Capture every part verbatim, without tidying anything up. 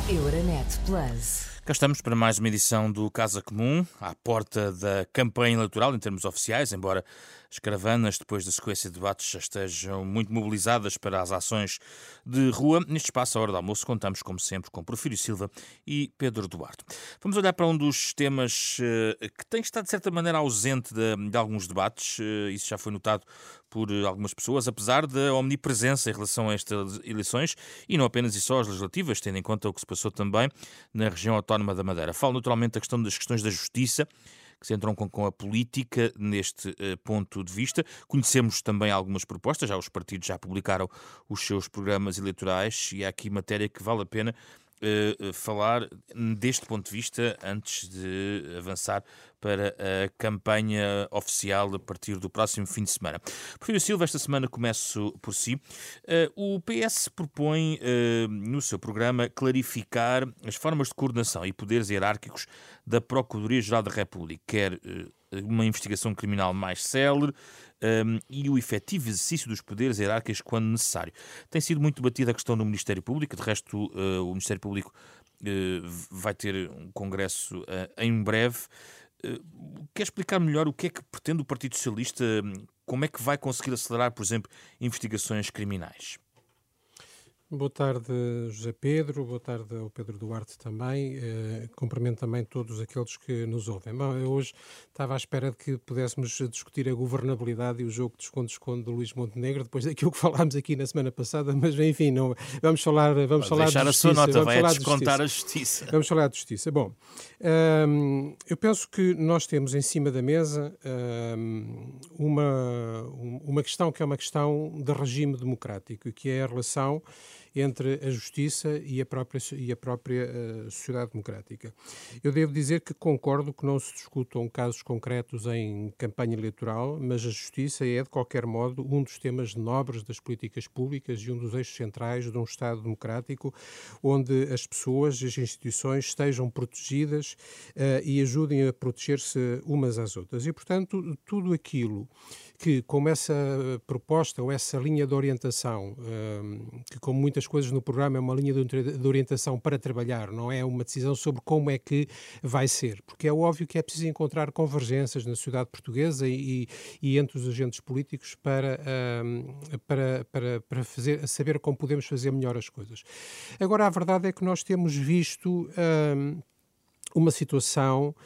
Euronet Plus. Cá estamos para mais uma edição do Casa Comum, à porta da campanha eleitoral em termos oficiais, embora as caravanas, depois da sequência de debates, já estejam muito mobilizadas para as ações de rua. Neste espaço, à hora do almoço, contamos, como sempre, com Porfírio Silva e Pedro Duarte. Vamos olhar para um dos temas uh, que tem estado, de certa maneira, ausente de, de alguns debates. Uh, isso já foi notado por algumas pessoas, apesar da omnipresença em relação a estas eleições, e não apenas e só as legislativas, tendo em conta o que se passou também na região autónoma da Madeira. Falo naturalmente da questão das questões da justiça, que se entroncam com a política neste uh, ponto de vista. Conhecemos também algumas propostas, já os partidos já publicaram os seus programas eleitorais, e há aqui matéria que vale a pena Uh, falar deste ponto de vista antes de avançar para a campanha oficial a partir do próximo fim de semana. Porfírio Silva, esta semana começo por si. Uh, o P S propõe uh, no seu programa clarificar as formas de coordenação e poderes hierárquicos da Procuradoria-Geral da República, quer uh, uma investigação criminal mais célere um, e o efetivo exercício dos poderes hierárquicos quando necessário. Tem sido muito debatida a questão do Ministério Público, de resto uh, o Ministério Público uh, vai ter um congresso uh, em breve. Uh, quer explicar melhor o que é que pretende o Partido Socialista, como é que vai conseguir acelerar, por exemplo, investigações criminais? Boa tarde, José Pedro, boa tarde ao Pedro Duarte também, eh, cumprimento também todos aqueles que nos ouvem. Bom, eu hoje estava à espera de que pudéssemos discutir a governabilidade e o jogo de esconde-esconde do Luís Montenegro, depois daquilo que falámos aqui na semana passada, mas enfim, não, vamos falar, vamos falar de justiça. Deixar a sua nota, vamos vai falar a descontar de a justiça. Vamos falar de justiça. Bom, hum, eu penso que nós temos em cima da mesa hum, uma, uma questão que é uma questão de regime democrático, que é a relação entre a justiça e a própria, e a própria uh, sociedade democrática. Eu devo dizer que concordo que não se discutam casos concretos em campanha eleitoral, mas a justiça é, de qualquer modo, um dos temas nobres das políticas públicas e um dos eixos centrais de um Estado democrático, onde as pessoas e as instituições estejam protegidas uh, e ajudem a proteger-se umas às outras. E, portanto, tudo aquilo que, como essa proposta ou essa linha de orientação, uh, que como muitas coisas no programa é uma linha de orientação para trabalhar, não é uma decisão sobre como é que vai ser, porque é óbvio que é preciso encontrar convergências na sociedade portuguesa e, e entre os agentes políticos para, um, para, para, para fazer, saber como podemos fazer melhor as coisas. Agora, a verdade é que nós temos visto um, uma situação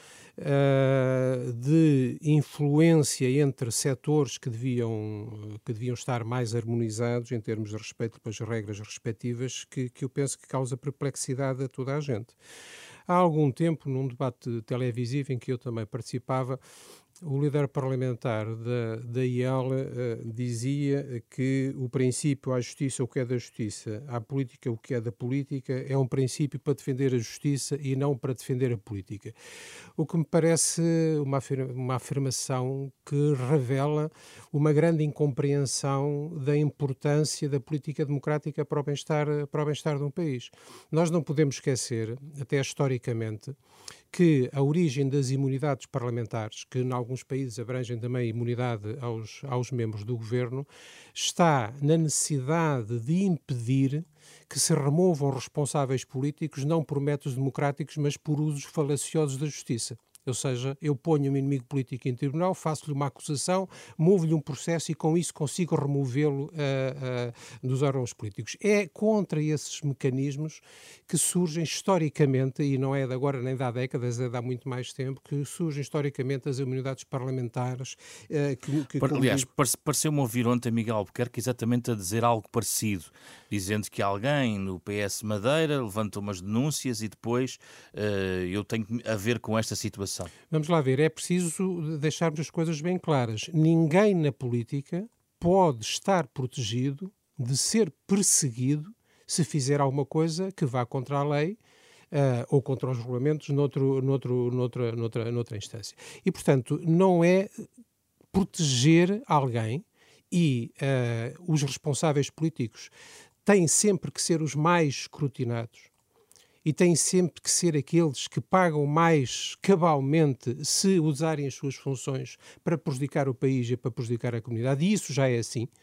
Uh, de influência entre setores que deviam, que deviam estar mais harmonizados em termos de respeito pelas regras respectivas, que, que eu penso que causa perplexidade a toda a gente. Há algum tempo, num debate televisivo em que eu também participava, o líder parlamentar da, da I E L uh, dizia que o princípio à justiça, o que é da justiça, à política, o que é da política, é um princípio para defender a justiça e não para defender a política. O que me parece uma, afirma, uma afirmação que revela uma grande incompreensão da importância da política democrática para o bem-estar, para o bem-estar de um país. Nós não podemos esquecer, até historicamente, que a origem das imunidades parlamentares, que em alguns países abrangem também imunidade aos, aos membros do governo, está na necessidade de impedir que se removam responsáveis políticos não por métodos democráticos, mas por usos falaciosos da justiça. Ou seja, eu ponho um inimigo político em tribunal, faço-lhe uma acusação, movo-lhe um processo e com isso consigo removê-lo uh, uh, dos órgãos políticos. É contra esses mecanismos que surgem historicamente, e não é de agora nem de há décadas, é de há muito mais tempo, que surgem historicamente as imunidades parlamentares. Uh, que, que Por, aliás, pareceu-me ouvir ontem Miguel Albuquerque exatamente a dizer algo parecido, dizendo que alguém no P S Madeira levanta umas denúncias e depois uh, eu tenho a ver com esta situação. Vamos lá ver, é preciso deixarmos as coisas bem claras. Ninguém na política pode estar protegido de ser perseguido se fizer alguma coisa que vá contra a lei uh, ou contra os regulamentos noutro, noutro, noutra, noutra, noutra instância. E, portanto, não é proteger alguém e uh, os responsáveis políticos têm sempre que ser os mais escrutinados e têm sempre que ser aqueles que pagam mais cabalmente se usarem as suas funções para prejudicar o país e para prejudicar a comunidade. E isso já é assim.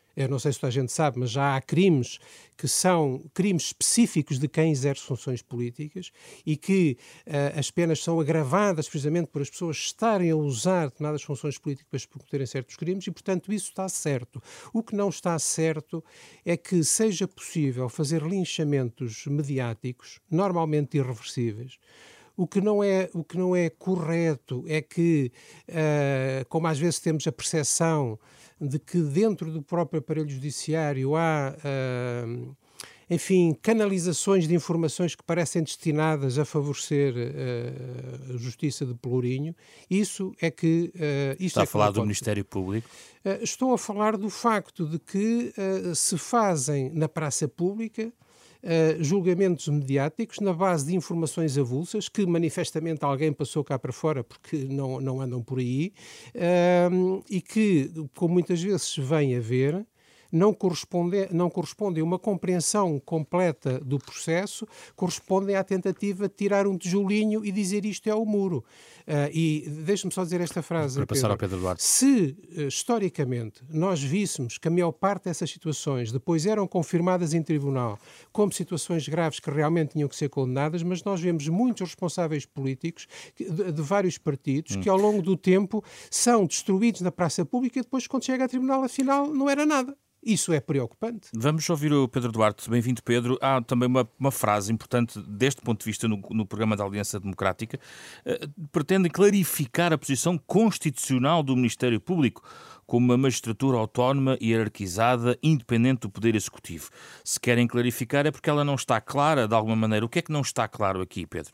Eu não sei se toda a gente sabe, mas já há crimes que são crimes específicos de quem exerce funções políticas e que uh, as penas são agravadas precisamente por as pessoas estarem a usar determinadas funções políticas para cometerem certos crimes e, portanto, isso está certo. O que não está certo é que seja possível fazer linchamentos mediáticos, normalmente irreversíveis. O que não é, o que não é correto é que, uh, como às vezes temos a percepção de que dentro do próprio aparelho judiciário há, uh, enfim, canalizações de informações que parecem destinadas a favorecer uh, a justiça de pelourinho. Isso é que... Uh, isso Está é a falar do pode... Ministério Público? Uh, estou a falar do facto de que uh, se fazem na praça pública Uh, julgamentos mediáticos na base de informações avulsas que manifestamente alguém passou cá para fora porque não, não andam por aí uh, e que, como muitas vezes se vem a ver, não correspondem, não correspondem a uma compreensão completa do processo, correspondem à tentativa de tirar um tijolinho e dizer isto é o muro. Uh, e deixe-me só dizer esta frase. Para passar Pedro. ao Pedro Duarte. Se, uh, historicamente, nós víssemos que a maior parte dessas situações depois eram confirmadas em tribunal como situações graves que realmente tinham que ser condenadas, mas nós vemos muitos responsáveis políticos de, de vários partidos hum. que, ao longo do tempo, são destruídos na praça pública e depois, quando chega a tribunal, afinal, não era nada. Isso é preocupante. Vamos ouvir o Pedro Duarte. Bem-vindo, Pedro. Há também uma, uma frase importante deste ponto de vista no, no programa da Aliança Democrática. Uh, pretendem clarificar a posição constitucional do Ministério Público como uma magistratura autónoma, hierarquizada, independente do Poder Executivo. Se querem clarificar é porque ela não está clara de alguma maneira. O que é que não está claro aqui, Pedro?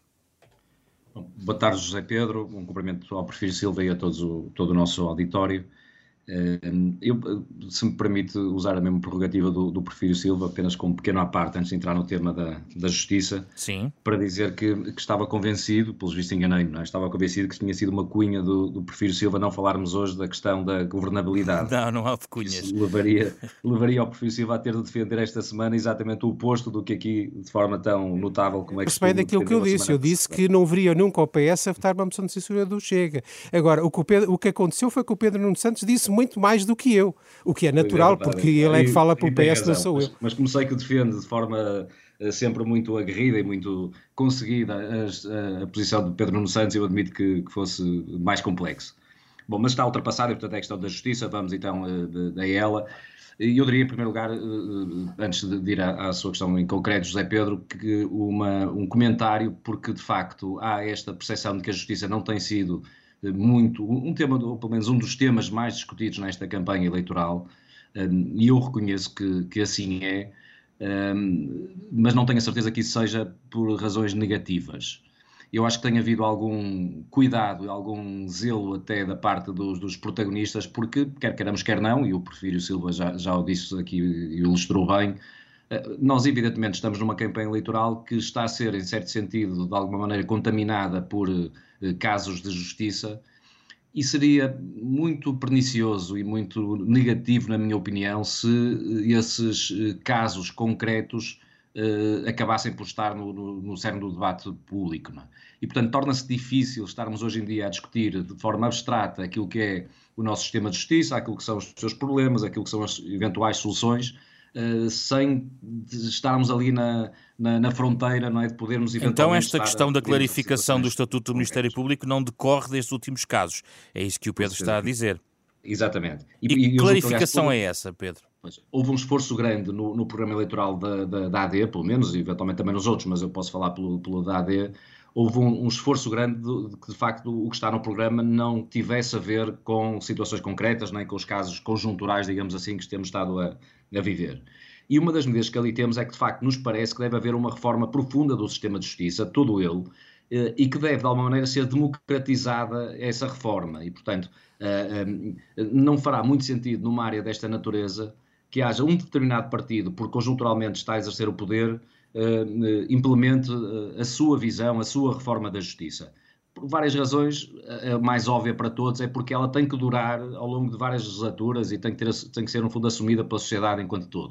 Boa tarde, José Pedro. Um cumprimento ao Porfírio Silva e a todos o, todo o nosso auditório. Eu, se me permite usar a mesma prerrogativa do, do Porfírio Silva, apenas com um pequeno à parte, antes de entrar no tema da, da justiça, Sim. para dizer que, que estava convencido, pelos vistos enganei-me, não é? Estava convencido que tinha sido uma cunha do, do Porfírio Silva não falarmos hoje da questão da governabilidade. Não, não há cunhas. Isso levaria, levaria ao Porfírio Silva a ter de defender esta semana exatamente o oposto do que aqui, de forma tão notável como é que... Respeito daquilo que eu disse. Eu disse que não veria nunca o P S a votar uma moção de censura do Chega. Agora, o que, o, Pedro, o que aconteceu foi que o Pedro Nuno Santos disse muito mais do que eu, o que é natural, é porque ele é que fala pelo P S, não sou eu. Mas, mas como sei que defende de forma uh, sempre muito aguerrida e muito conseguida a, a, a posição de Pedro Nuno Santos, eu admito que, que fosse mais complexo. Bom, mas está ultrapassada e, portanto, é a questão da justiça, vamos então uh, a ela. E eu diria, em primeiro lugar, uh, antes de ir à, à sua questão em concreto, José Pedro, que uma, um comentário, porque de facto há esta percepção de que a justiça não tem sido muito, um tema, ou pelo menos um dos temas mais discutidos nesta campanha eleitoral, um, e eu reconheço que, que assim é, um, mas não tenho a certeza que isso seja por razões negativas. Eu acho que tem havido algum cuidado, algum zelo até da parte dos, dos protagonistas, porque, quer queiramos, quer não, e o Porfírio Silva já, já o disse aqui e ilustrou bem, nós evidentemente estamos numa campanha eleitoral que está a ser, em certo sentido, de alguma maneira contaminada por casos de justiça, e seria muito pernicioso e muito negativo, na minha opinião, se esses casos concretos uh, acabassem por estar no, no, no cerne do debate público, não é? E, portanto, torna-se difícil estarmos hoje em dia a discutir de forma abstrata aquilo que é o nosso sistema de justiça, aquilo que são os seus problemas, aquilo que são as eventuais soluções, Uh, sem estarmos ali na, na, na fronteira, não é, de podermos eventualmente... Então esta questão da clarificação do Estatuto do Ministério Público não decorre destes últimos casos. É isso que o Pedro está a dizer. Exatamente. E, e que clarificação é essa, Pedro? Pois, houve um esforço grande no, no programa eleitoral da, da, da A D, pelo menos, e eventualmente também nos outros, mas eu posso falar pelo, pelo da A D. Houve um, um esforço grande de, de que, de facto, o que está no programa não tivesse a ver com situações concretas, nem com os casos conjunturais, digamos assim, que temos estado a, a viver. E uma das medidas que ali temos é que, de facto, nos parece que deve haver uma reforma profunda do sistema de justiça, todo ele, eh, e que deve, de alguma maneira, ser democratizada essa reforma. E, portanto, eh, eh, não fará muito sentido, numa área desta natureza, que haja um determinado partido, porque conjunturalmente está a exercer o poder, Uh, implemente uh, a sua visão, a sua reforma da justiça. Por várias razões, a mais óbvia para todos é porque ela tem que durar ao longo de várias legislaturas e tem que, ter, tem que ser, no fundo, assumida pela sociedade enquanto todo.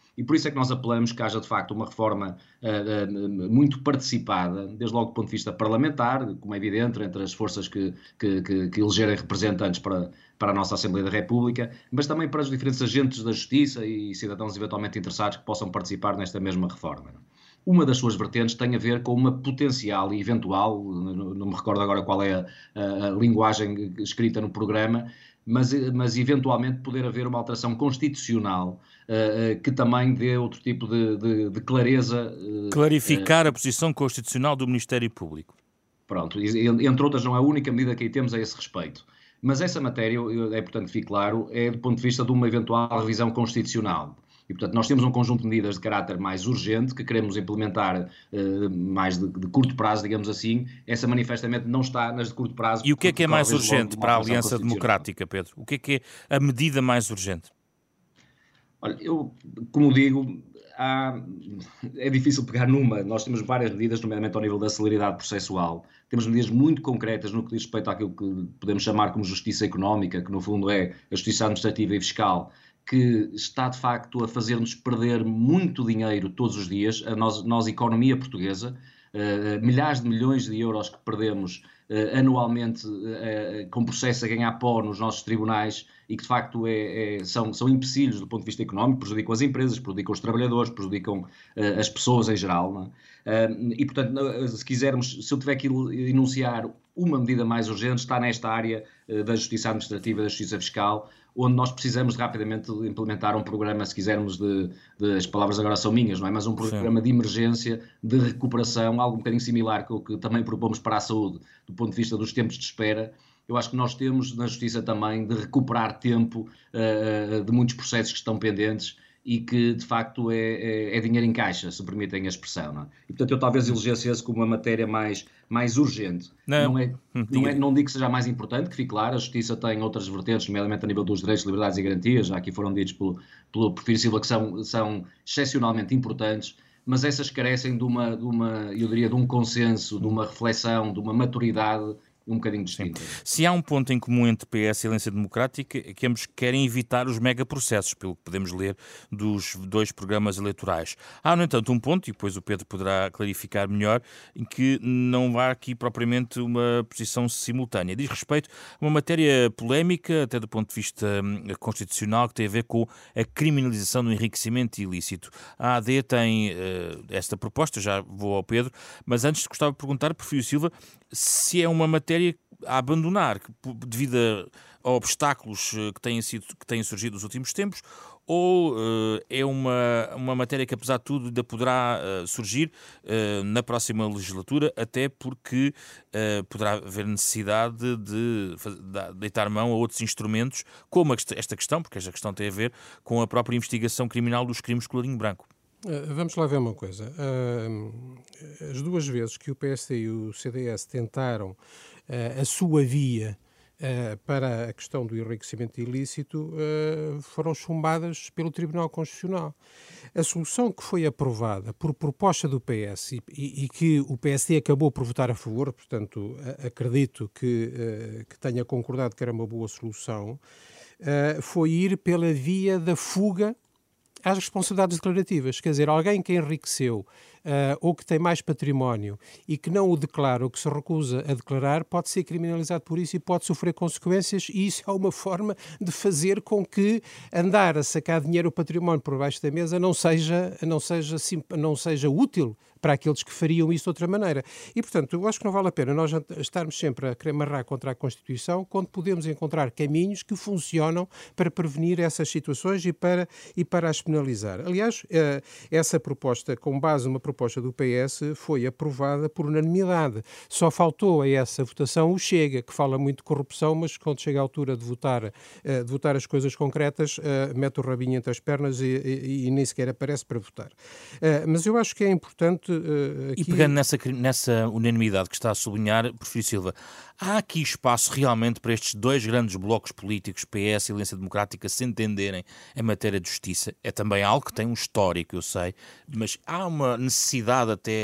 E por isso é que nós apelamos que haja, de facto, uma reforma uh, uh, muito participada, desde logo do ponto de vista parlamentar, como é evidente, entre as forças que, que, que, que elegerem representantes para, para a nossa Assembleia da República, mas também para os diferentes agentes da Justiça e cidadãos eventualmente interessados que possam participar nesta mesma reforma. Uma das suas vertentes tem a ver com uma potencial e eventual, não me recordo agora qual é a, a, a linguagem escrita no programa, mas, mas eventualmente poder haver uma alteração constitucional uh, que também dê outro tipo de, de, de clareza. Uh, Clarificar uh, a posição constitucional do Ministério Público. Pronto, entre outras não é a única medida que aí temos a esse respeito. Mas essa matéria, é importante que fique claro, é do ponto de vista de uma eventual revisão constitucional. E, portanto, nós temos um conjunto de medidas de caráter mais urgente que queremos implementar uh, mais de, de curto prazo, digamos assim. Essa manifestamente não está nas de curto prazo. E o que é que é mais urgente para a Aliança Democrática, Pedro? O que é que é a medida mais urgente? Olha, eu, como digo, há, é difícil pegar numa. Nós temos várias medidas, nomeadamente ao nível da celeridade processual. Temos medidas muito concretas no que diz respeito àquilo que podemos chamar como justiça económica, que no fundo é a justiça administrativa e fiscal, que está de facto a fazer-nos perder muito dinheiro todos os dias, a nós, nós economia portuguesa, uh, milhares de milhões de euros que perdemos uh, anualmente uh, com processo a ganhar pó nos nossos tribunais e que de facto é, é, são, são empecilhos do ponto de vista económico, prejudicam as empresas, prejudicam os trabalhadores, prejudicam uh, as pessoas em geral. Não é? Uh, e portanto, se quisermos, se eu tiver que enunciar uma medida mais urgente, está nesta área uh, da justiça administrativa e da justiça fiscal, onde nós precisamos de rapidamente implementar um programa, se quisermos, de, de as palavras agora são minhas, não é? Mas um programa Sim. de emergência, de recuperação, algo um bocadinho similar com o que também propomos para a saúde, do ponto de vista dos tempos de espera. Eu acho que nós temos na Justiça também de recuperar tempo uh, de muitos processos que estão pendentes e que, de facto, é, é, é dinheiro em caixa, se permitem a expressão. Não é? E, portanto, eu talvez elegesse esse como uma matéria mais, mais urgente. Não, não, é, não, é, não digo que seja mais importante, que fique claro, a Justiça tem outras vertentes, nomeadamente a nível dos direitos, liberdades e garantias, já aqui foram ditos pelo, pelo Porfírio Silva, que são, são excepcionalmente importantes, mas essas carecem de uma, de uma, eu diria, de um consenso, de uma reflexão, de uma maturidade um bocadinho distinta. Se há um ponto em comum entre P S e Aliança Democrática, é que ambos querem evitar os megaprocessos, pelo que podemos ler dos dois programas eleitorais. Há, no entanto, um ponto, e depois o Pedro poderá clarificar melhor, em que não há aqui propriamente uma posição simultânea. Diz respeito a uma matéria polémica, até do ponto de vista constitucional, que tem a ver com a criminalização do enriquecimento ilícito. A A D tem uh, esta proposta, já vou ao Pedro, mas antes gostava de perguntar, Porfírio Silva, se é uma matéria a abandonar devido a obstáculos que têm, sido, que têm surgido nos últimos tempos, ou uh, é uma, uma matéria que, apesar de tudo, ainda poderá uh, surgir uh, na próxima legislatura, até porque uh, poderá haver necessidade de, de, de deitar mão a outros instrumentos, como esta questão, porque esta questão tem a ver com a própria investigação criminal dos crimes colarinho branco. Vamos lá ver uma coisa. As duas vezes que o P S D e o C D S tentaram a sua via para a questão do enriquecimento ilícito foram chumbadas pelo Tribunal Constitucional. A solução que foi aprovada por proposta do P S e, e que o P S D acabou por votar a favor, portanto acredito que, que tenha concordado que era uma boa solução, foi ir pela via da fuga às responsabilidades declarativas, quer dizer, alguém que enriqueceu uh, ou que tem mais património e que não o declara ou que se recusa a declarar pode ser criminalizado por isso e pode sofrer consequências, e isso é uma forma de fazer com que andar a sacar dinheiro ou património por baixo da mesa não seja, não seja, não seja útil para aqueles que fariam isso de outra maneira. E, portanto, eu acho que não vale a pena nós estarmos sempre a querer marrar contra a Constituição quando podemos encontrar caminhos que funcionam para prevenir essas situações e para, e para as penalizar. Aliás, essa proposta, com base numa proposta do P S, foi aprovada por unanimidade. Só faltou a essa votação o Chega, que fala muito de corrupção, mas quando chega a altura de votar, de votar as coisas concretas, mete o rabinho entre as pernas e, e, e nem sequer aparece para votar. Mas eu acho que é importante Uh, aqui... E pegando nessa, nessa unanimidade que está a sublinhar, Porfírio Silva, há aqui espaço realmente para estes dois grandes blocos políticos, P S e Aliança Democrática, se entenderem em matéria de justiça? É também algo que tem um histórico, eu sei, mas há uma necessidade até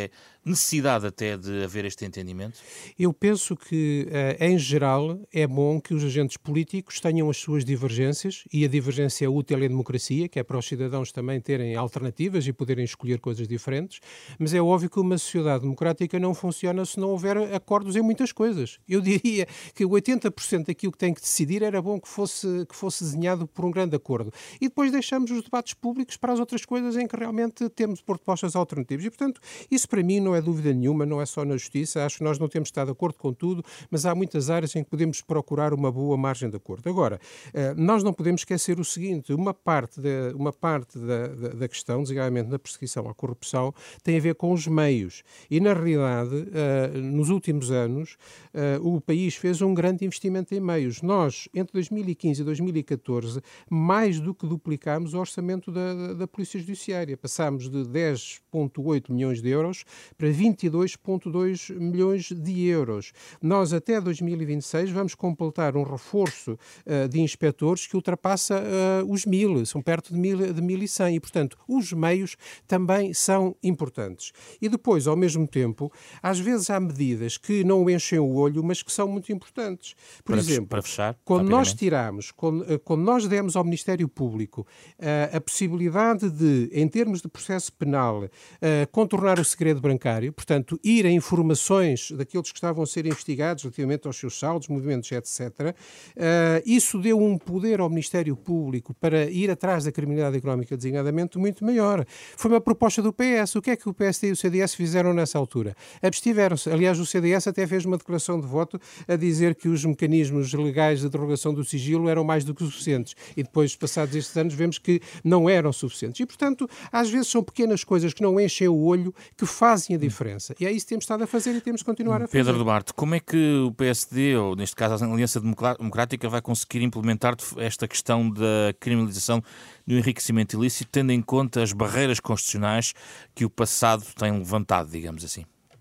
necessidade até de haver este entendimento? Eu penso que, em geral, é bom que os agentes políticos tenham as suas divergências, e a divergência é útil à democracia, que é para os cidadãos também terem alternativas e poderem escolher coisas diferentes, mas é óbvio que uma sociedade democrática não funciona se não houver acordos em muitas coisas. Eu diria que oitenta por cento daquilo que tem que decidir era bom que fosse, que fosse desenhado por um grande acordo. E depois deixamos os debates públicos para as outras coisas em que realmente temos propostas alternativas. E, portanto, isso para mim não é dúvida nenhuma, não é só na justiça. Acho que nós não temos estado de acordo com tudo, mas há muitas áreas em que podemos procurar uma boa margem de acordo. Agora, nós não podemos esquecer o seguinte: uma parte da, uma parte da, da, da questão, designadamente na perseguição à corrupção, tem a ver com os meios. E, na realidade, nos últimos anos, o país fez um grande investimento em meios. Nós, entre dois mil e quinze e dois mil e catorze, mais do que duplicámos o orçamento da, da, da Polícia Judiciária. Passámos de dez vírgula oito milhões de euros para vinte e dois vírgula dois milhões de euros. Nós, até dois mil e vinte e seis, vamos completar um reforço uh, de inspectores que ultrapassa uh, os mil, são perto de mil, de mil e cem, e, portanto, os meios também são importantes. E depois, ao mesmo tempo, às vezes há medidas que não enchem o olho, mas que são muito importantes. Por para exemplo, para fechar, quando nós tiramos, quando, quando nós demos ao Ministério Público uh, a possibilidade de, em termos de processo penal, uh, contornar o segredo bancário, portanto, ir a informações daqueles que estavam a ser investigados relativamente aos seus saldos, movimentos, etcétera, uh, isso deu um poder ao Ministério Público para ir atrás da criminalidade económica designadamente muito maior. Foi uma proposta do P S. O que é que o P S D e o C D S fizeram nessa altura? Abstiveram-se. Aliás, o C D S até fez uma declaração de voto a dizer que os mecanismos legais de derrogação do sigilo eram mais do que suficientes. E depois, passados estes anos, vemos que não eram suficientes. E, portanto, às vezes são pequenas coisas que não enchem o olho que fazem a diferença. E é isso que temos estado a fazer e temos que continuar a fazer. Pedro Duarte, como é que o P S D, ou neste caso a Aliança Democrática, vai conseguir implementar esta questão da criminalização do enriquecimento ilícito, tendo em conta as barreiras constitucionais que o passado tem levantado, digamos assim?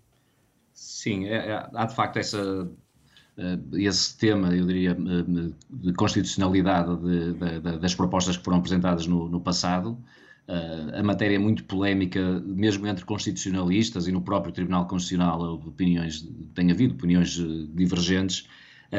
Sim, é, é, há de facto essa, esse tema, eu diria, de constitucionalidade de, de, de, das propostas que foram apresentadas no, no passado. A matéria é muito polémica, mesmo entre constitucionalistas, e no próprio Tribunal Constitucional houve opiniões, tem havido opiniões divergentes.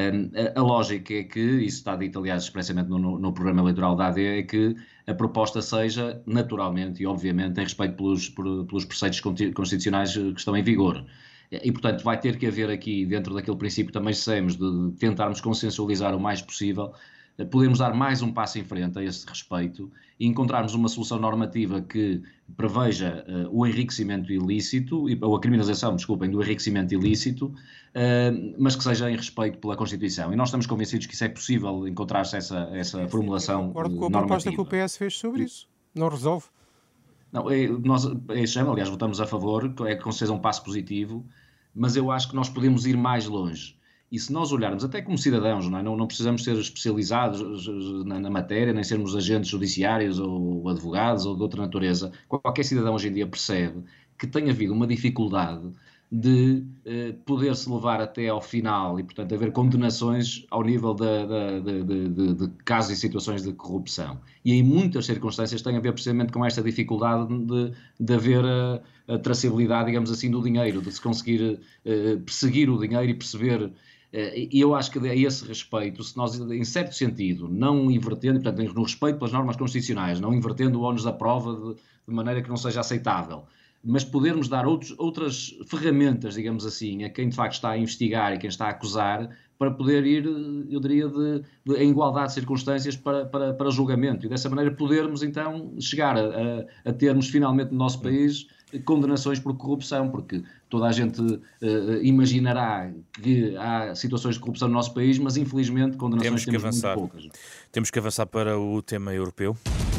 A lógica é que, isso está dito aliás expressamente no, no programa eleitoral da A D, é que a proposta seja naturalmente e obviamente em respeito pelos, por, pelos preceitos constitucionais que estão em vigor. E, portanto, vai ter que haver aqui, dentro daquele princípio também sabemos, de tentarmos consensualizar o mais possível, podemos dar mais um passo em frente a esse respeito e encontrarmos uma solução normativa que preveja uh, o enriquecimento ilícito, ou a criminalização, desculpem, do enriquecimento ilícito, uh, mas que seja em respeito pela Constituição. E nós estamos convencidos que isso é possível, encontrar-se essa, essa formulação normativa. Concordo com a proposta que o P S fez sobre isso. Não resolve. Não, é, nós, é, aliás, votamos a favor, é que seja um passo positivo, mas eu acho que nós podemos ir mais longe. E se nós olharmos, até como cidadãos, não, é? não, não precisamos ser especializados na, na matéria, nem sermos agentes judiciários ou advogados ou de outra natureza, qualquer cidadão hoje em dia percebe que tem havido uma dificuldade de eh, poder-se levar até ao final e, portanto, haver condenações ao nível de, de, de, de, de casos e situações de corrupção. E em muitas circunstâncias tem a ver precisamente com esta dificuldade de, de haver a, a traçabilidade, digamos assim, do dinheiro, de se conseguir eh, perseguir o dinheiro e perceber. E eu acho que a esse respeito, se nós, em certo sentido, não invertendo, portanto, no respeito pelas normas constitucionais, não invertendo o ónus da prova de, de maneira que não seja aceitável, mas podermos dar outros, outras ferramentas, digamos assim, a quem de facto está a investigar e quem está a acusar, para poder ir, eu diria, de, de, em igualdade de circunstâncias para, para, para julgamento. E dessa maneira podermos, então, chegar a, a, a termos finalmente no nosso país condenações por corrupção, porque toda a gente uh, imaginará que há situações de corrupção no nosso país, mas infelizmente condenações temos que temos avançar. muito poucas. Temos que avançar para o tema europeu.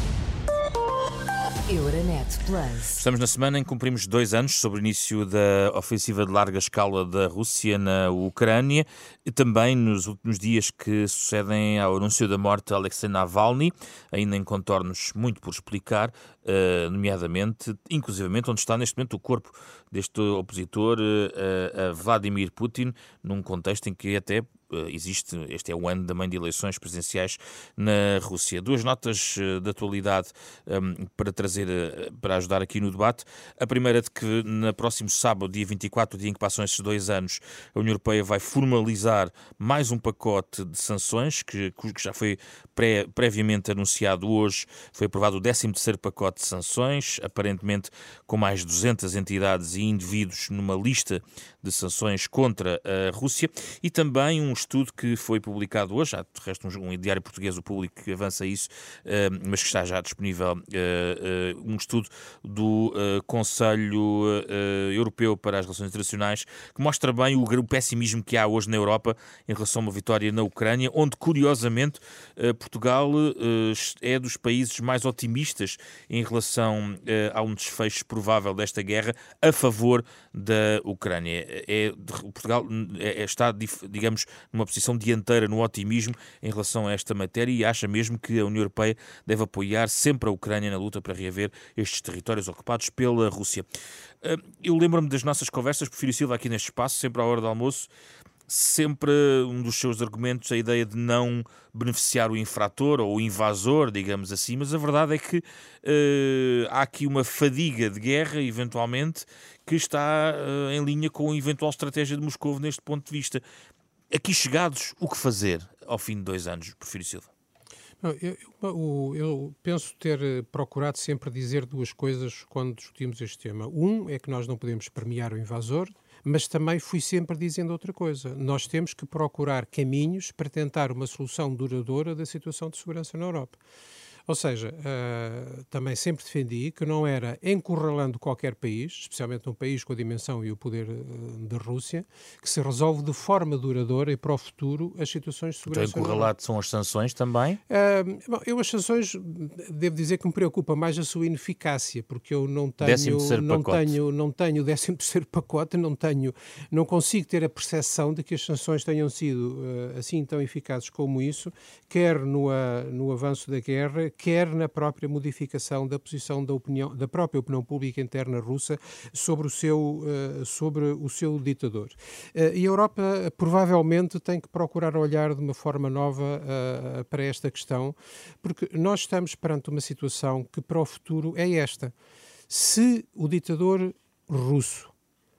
Euronet Plus. Estamos na semana em que cumprimos dois anos sobre o início da ofensiva de larga escala da Rússia na Ucrânia e também nos últimos dias que sucedem ao anúncio da morte de Alexei Navalny, ainda em contornos muito por explicar, nomeadamente, inclusivamente, onde está neste momento o corpo deste opositor, a Vladimir Putin, num contexto em que até existe, este é o ano também de eleições presidenciais na Rússia. Duas notas de atualidade um, para trazer, para ajudar aqui no debate. A primeira de que no próximo sábado, dia vinte e quatro, dia em que passam esses dois anos, a União Europeia vai formalizar mais um pacote de sanções que, que já foi pré, previamente anunciado hoje. Foi aprovado o décimo terceiro pacote de sanções, aparentemente com mais de duzentas entidades e indivíduos numa lista de sanções contra a Rússia, e também um estudo que foi publicado hoje, há de resto um, um diário português, o Público, que avança isso, uh, mas que está já disponível, uh, uh, um estudo do uh, Conselho uh, Europeu para as Relações Internacionais, que mostra bem o, o pessimismo que há hoje na Europa em relação a uma vitória na Ucrânia, onde, curiosamente, uh, Portugal uh, é dos países mais otimistas em relação uh, a um desfecho provável desta guerra a favor da Ucrânia. É, Portugal é, está, digamos, numa posição dianteira no otimismo em relação a esta matéria e acha mesmo que a União Europeia deve apoiar sempre a Ucrânia na luta para reaver estes territórios ocupados pela Rússia. Eu lembro-me das nossas conversas, Porfírio Silva, aqui neste espaço, sempre à hora do almoço, sempre um dos seus argumentos a ideia de não beneficiar o infrator ou o invasor, digamos assim, mas a verdade é que uh, há aqui uma fadiga de guerra, eventualmente, que está uh, em linha com a eventual estratégia de Moscovo neste ponto de vista. Aqui chegados, o que fazer ao fim de dois anos, Porfírio Silva? Não, eu, eu, eu penso ter procurado sempre dizer duas coisas quando discutimos este tema. Um é que nós não podemos premiar o invasor, mas também fui sempre dizendo outra coisa. Nós temos que procurar caminhos para tentar uma solução duradoura da situação de segurança na Europa. Ou seja, uh, também sempre defendi que não era encurralando qualquer país, especialmente um país com a dimensão e o poder uh, da Rússia, que se resolve de forma duradoura e para o futuro as situações de segurança. Então, encurralado são as sanções também? Uh, bom, eu as sanções, devo dizer que me preocupa mais a sua ineficácia, porque eu não tenho não tenho, não tenho o décimo terceiro pacote, não, tenho, não consigo ter a percepção de que as sanções tenham sido uh, assim tão eficazes como isso, quer no, uh, no avanço da guerra, quer na própria modificação da posição da, opinião, da própria opinião pública interna russa sobre o seu, uh, sobre o seu ditador. Uh, e a Europa uh, provavelmente tem que procurar olhar de uma forma nova uh, para esta questão, porque nós estamos perante uma situação que para o futuro é esta. Se o ditador russo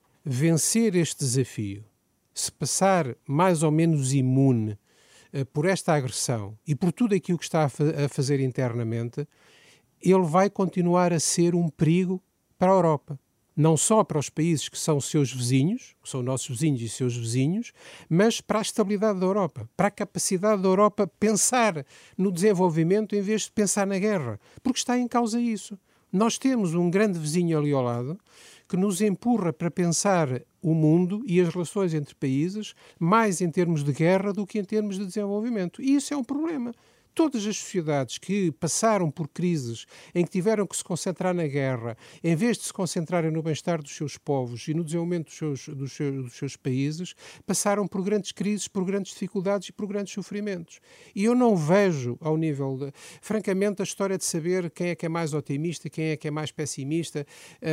vencer este desafio, se passar mais ou menos imune por esta agressão e por tudo aquilo que está a, fa- a fazer internamente, ele vai continuar a ser um perigo para a Europa. Não só para os países que são seus vizinhos, que são nossos vizinhos e seus vizinhos, mas para a estabilidade da Europa, para a capacidade da Europa pensar no desenvolvimento em vez de pensar na guerra, porque está em causa isso. Nós temos um grande vizinho ali ao lado que nos empurra para pensar o mundo e as relações entre países mais em termos de guerra do que em termos de desenvolvimento. E isso é um problema. Todas as sociedades que passaram por crises em que tiveram que se concentrar na guerra, em vez de se concentrarem no bem-estar dos seus povos e no desenvolvimento dos seus, dos seus, dos seus países, passaram por grandes crises, por grandes dificuldades e por grandes sofrimentos. E eu não vejo ao nível de... Francamente, a história de saber quem é que é mais otimista, quem é que é mais pessimista...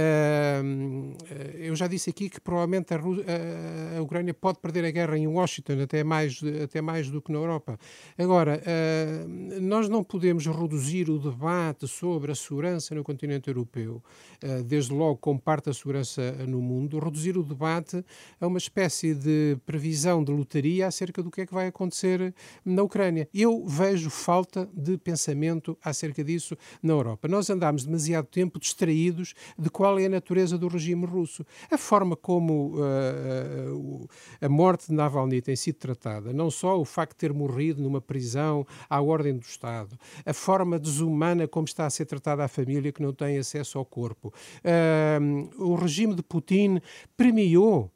Uh, eu já disse aqui que provavelmente a, Ru- a, a Ucrânia pode perder a guerra em Washington, até mais, até mais do que na Europa. Agora... Uh, nós não podemos reduzir o debate sobre a segurança no continente europeu, desde logo como parte da segurança no mundo, reduzir o debate a uma espécie de previsão de lotaria acerca do que é que vai acontecer na Ucrânia. Eu vejo falta de pensamento acerca disso na Europa. Nós andamos demasiado tempo distraídos de qual é a natureza do regime russo. A forma como uh, a morte de Navalny tem sido tratada, não só o facto de ter morrido numa prisão à ordem do Estado, a forma desumana como está a ser tratada a família que não tem acesso ao corpo. Uh, o regime de Putin premiou,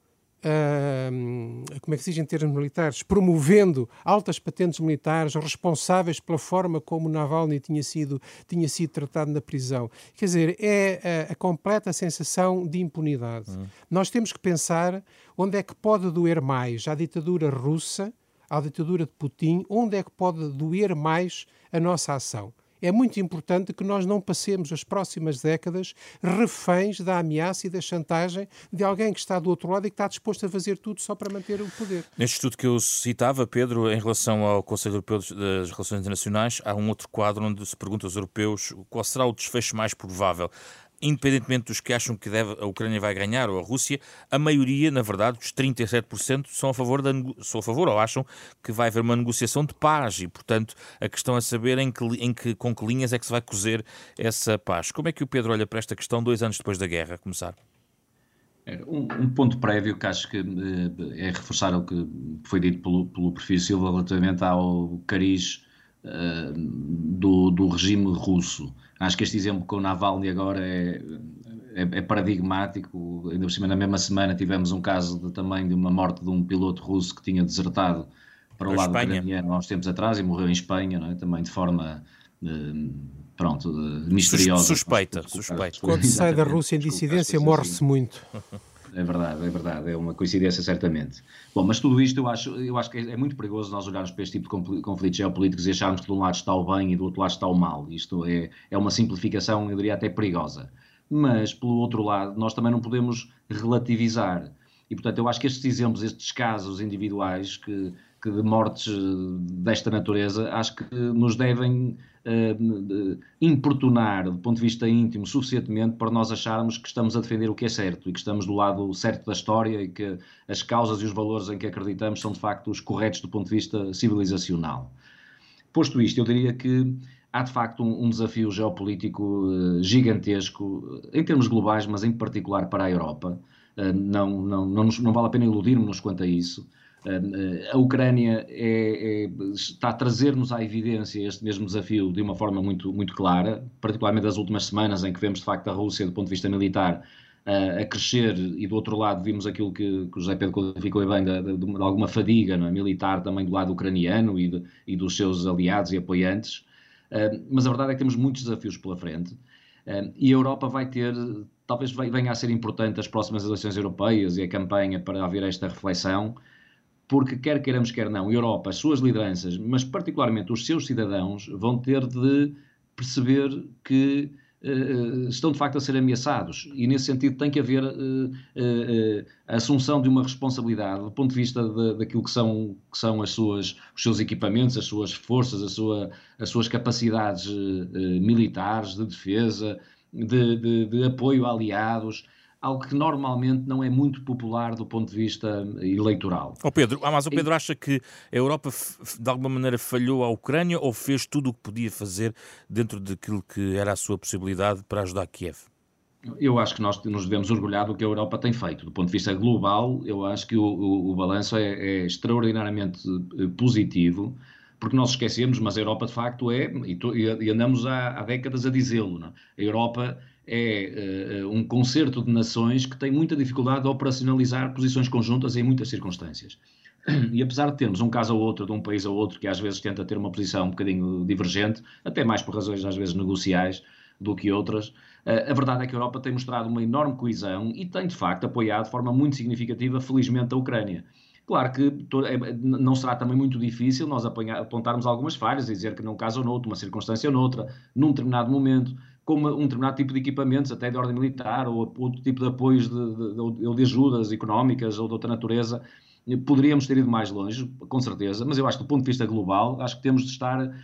uh, como é que se diz em termos militares, promovendo altas patentes militares responsáveis pela forma como Navalny tinha sido, tinha sido tratado na prisão. Quer dizer, é a, a completa sensação de impunidade. Hum. Nós temos que pensar onde é que pode doer mais a ditadura russa, à ditadura de Putin, onde é que pode doer mais a nossa ação? é muito importante que nós não passemos as próximas décadas reféns da ameaça e da chantagem de alguém que está do outro lado e que está disposto a fazer tudo só para manter o poder. Neste estudo que eu citava, Pedro, em relação ao Conselho Europeu das Relações Internacionais, há um outro quadro onde se pergunta aos europeus qual será o desfecho mais provável. Independentemente dos que acham que deve, a Ucrânia vai ganhar ou a Rússia, a maioria, na verdade, os trinta e sete por cento são a favor, da, são a favor ou acham que vai haver uma negociação de paz e, portanto, a questão é saber em que, em que, com que linhas é que se vai cozer essa paz. Como é que o Pedro olha para esta questão dois anos depois da guerra começar? Um, um ponto prévio que acho que é reforçar o que foi dito pelo, pelo Perfil Silva relativamente ao cariz uh, do, do regime russo. Acho que este exemplo com o Navalny agora é, é, é paradigmático. Ainda por cima, na mesma semana tivemos um caso de, também de uma morte de um piloto russo que tinha desertado para o lado ucraniano há uns tempos atrás e morreu em Espanha, não é? Também de forma uh, pronto, uh, misteriosa. Suspeita, suspeita. Quando se sai da Rússia em dissidência morre-se muito. É verdade, é verdade, é uma coincidência certamente. Bom, mas tudo isto eu acho, eu acho que é muito perigoso nós olharmos para este tipo de conflitos geopolíticos e acharmos que de um lado está o bem e do outro lado está o mal. Isto é, é uma simplificação, eu diria até perigosa. Mas, pelo outro lado, nós também não podemos relativizar. E, portanto, eu acho que estes exemplos, estes casos individuais que, que de mortes desta natureza, acho que nos devem uh, importunar, do ponto de vista íntimo, suficientemente para nós acharmos que estamos a defender o que é certo e que estamos do lado certo da história e que as causas e os valores em que acreditamos são, de facto, os corretos do ponto de vista civilizacional. Posto isto, eu diria que há, de facto, um, um desafio geopolítico uh, gigantesco, em termos globais, mas em particular para a Europa. Uh, não, não, não, nos, não vale a pena iludirmos-nos quanto a isso. Uh, a Ucrânia é, é, está a trazer-nos à evidência este mesmo desafio de uma forma muito, muito clara, particularmente das últimas semanas em que vemos de facto a Rússia do ponto de vista militar uh, a crescer e do outro lado vimos aquilo que, que o José Pedro qualificou bem de, de, de alguma fadiga, não é? Militar também do lado ucraniano e, de, e dos seus aliados e apoiantes, uh, mas a verdade é que temos muitos desafios pela frente uh, e a Europa vai ter... Talvez venha a ser importante as próximas eleições europeias e a campanha para haver esta reflexão, porque quer queiramos, quer não, a Europa, as suas lideranças, mas particularmente os seus cidadãos, vão ter de perceber que uh, estão de facto a ser ameaçados e nesse sentido tem que haver uh, uh, a assunção de uma responsabilidade do ponto de vista de, daquilo que são, que são as suas, os seus equipamentos, as suas forças, a sua, as suas capacidades uh, militares, de defesa, De, de, de apoio a aliados, algo que normalmente não é muito popular do ponto de vista eleitoral. Oh Pedro, ah, mas o Pedro acha que a Europa de alguma maneira falhou à Ucrânia ou fez tudo o que podia fazer dentro daquilo que era a sua possibilidade para ajudar Kiev? Eu acho que nós nos devemos orgulhar do que a Europa tem feito. Do ponto de vista global, eu acho que o, o, o balanço é, é extraordinariamente positivo, porque nós esquecemos, mas a Europa de facto é, e, to, e andamos há, há décadas a dizê-lo, não? A Europa é uh, um concerto de nações que tem muita dificuldade a operacionalizar posições conjuntas em muitas circunstâncias. E apesar de termos um caso ou outro, de um país ou outro, que às vezes tenta ter uma posição um bocadinho divergente, até mais por razões às vezes negociais do que outras, uh, a verdade é que a Europa tem mostrado uma enorme coesão e tem de facto apoiado de forma muito significativa, felizmente, a Ucrânia. Claro que não será também muito difícil nós apontarmos algumas falhas e dizer que num caso ou noutro, uma circunstância ou noutra, num determinado momento, com uma, um determinado tipo de equipamentos, até de ordem militar, ou outro tipo de apoios de, de, de ajudas económicas ou de outra natureza, poderíamos ter ido mais longe, com certeza, mas eu acho que do ponto de vista global, acho que temos de estar uh,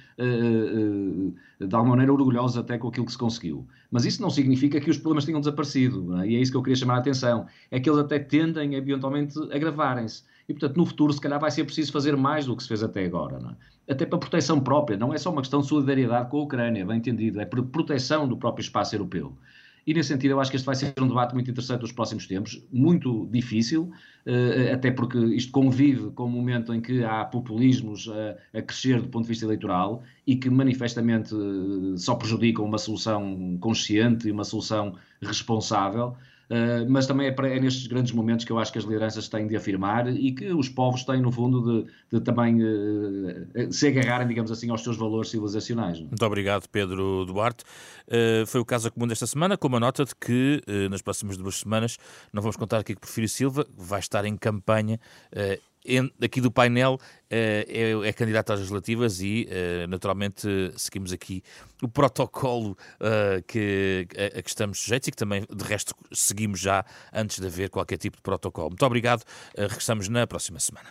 uh, de alguma maneira orgulhosos até com aquilo que se conseguiu. Mas isso não significa que os problemas tenham desaparecido, não é? E é isso que eu queria chamar a atenção, é que eles até tendem eventualmente a agravarem-se. E, portanto, no futuro, se calhar vai ser preciso fazer mais do que se fez até agora, não é? Até para proteção própria, não é só uma questão de solidariedade com a Ucrânia, bem entendido, é por proteção do próprio espaço europeu. E, nesse sentido, eu acho que este vai ser um debate muito interessante nos próximos tempos, muito difícil, até porque isto convive com um momento em que há populismos a, a crescer do ponto de vista eleitoral e que manifestamente só prejudicam uma solução consciente e uma solução responsável. Uh, mas também é, para, é nestes grandes momentos que eu acho que as lideranças têm de afirmar e que os povos têm, no fundo, de, de também uh, se agarrarem, digamos assim, aos seus valores civilizacionais. Muito obrigado, Pedro Duarte. Uh, foi o Casa Comum desta semana, com uma nota de que uh, nas próximas duas semanas não vamos contar aqui com o Porfírio Silva, vai estar em campanha uh, aqui do painel é, é candidato às legislativas e, naturalmente, seguimos aqui o protocolo que, a que estamos sujeitos e que também, de resto, seguimos já antes de haver qualquer tipo de protocolo. Muito obrigado. Regressamos na próxima semana.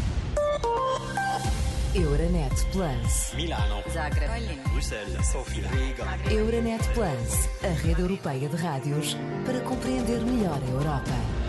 Euronet Plus. Milano. Zagreb. Bruxelas. Sofia. Riga. Euronet Plus, a rede europeia de rádios para compreender melhor a Europa.